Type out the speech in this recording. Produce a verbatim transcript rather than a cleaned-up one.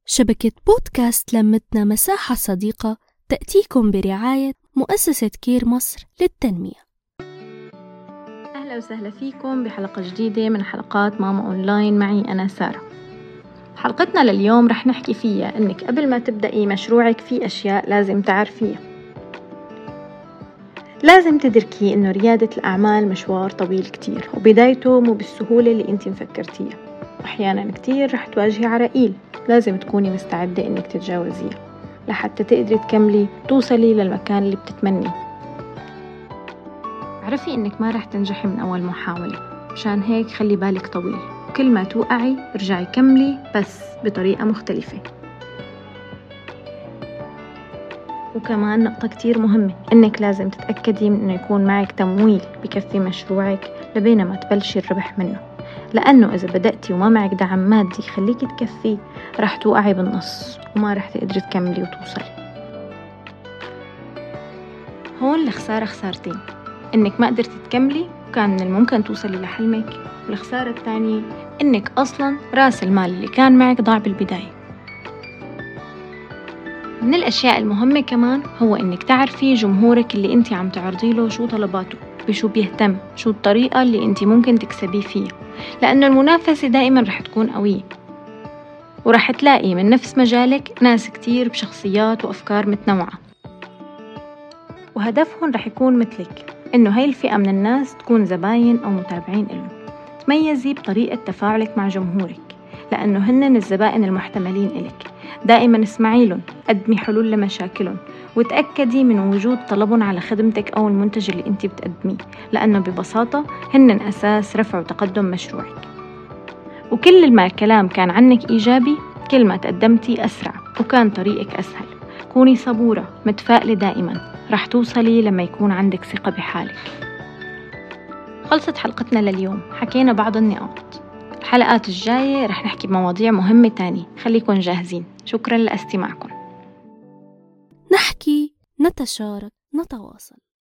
شبكة بودكاست لمتنا مساحة صديقة تأتيكم برعاية مؤسسة كير مصر للتنمية. أهلا وسهلا فيكم بحلقة جديدة من حلقات ماما أونلاين معي أنا سارة. حلقتنا لليوم رح نحكي فيها إنك قبل ما تبدأي مشروعك في أشياء لازم تعرفيها. لازم تدركي إنه ريادة الأعمال مشوار طويل كتير، وبدايته مو بالسهولة اللي أنت مفكرتيها، وأحيانا كتير رح تواجهي عراقيل لازم تكوني مستعدة إنك تتجاوزيها لحتى تقدري تكملي توصلي للمكان اللي بتتمنيه. عرفي إنك ما رح تنجحي من أول محاولة، مشان هيك خلي بالك طويل، وكل ما توقعي ارجعي كملي بس بطريقة مختلفة. وكمان نقطة كتير مهمة، إنك لازم تتأكدي من إنه يكون معك تمويل بكفي مشروعك لبينما تبلشي الربح منه، لأنه إذا بدأتي وما معك دعم مادي يخليكي تكفي رح توقعي بالنص وما رح تقدري تكملي وتوصلي. هون الخسارة خسارتين، إنك ما قدرتي تكملي وكان من الممكن توصلي لحلمك، والخسارة الثانية إنك أصلاً رأس المال اللي كان معك ضاع بالبداية. من الأشياء المهمة كمان هو إنك تعرفي جمهورك اللي أنت عم تعرضي له شو طلباته، بشو بيهتم، شو الطريقة اللي أنت ممكن تكسبي فيها، لأنه المنافسة دائما رح تكون قوية، ورح تلاقي من نفس مجالك ناس كتير بشخصيات وأفكار متنوعة، وهدفهم رح يكون مثلك، إنه هاي الفئة من الناس تكون زباين أو متابعين لهم. تميزي بطريقة تفاعلك مع جمهورك، لأنه هن الزبائن المحتملين إلك. دائما اسمعي لهم، قدمي حلول لمشاكلهم، وتأكدي من وجود طلبهم على خدمتك أو المنتج اللي أنت بتقدميه، لأنه ببساطة هن أساس رفع وتقدم مشروعك. وكل ما الكلام كان عنك إيجابي كل ما تقدمتي أسرع وكان طريقك أسهل. كوني صبورة متفائلة دائما، رح توصلي لما يكون عندك ثقة بحالك. خلصت حلقتنا لليوم، حكينا بعض النقاط. الحلقات الجاية رح نحكي بمواضيع مهمة تانية، خليكن جاهزين. شكرا لاستماعكم. نحكي، نتشارك، نتواصل.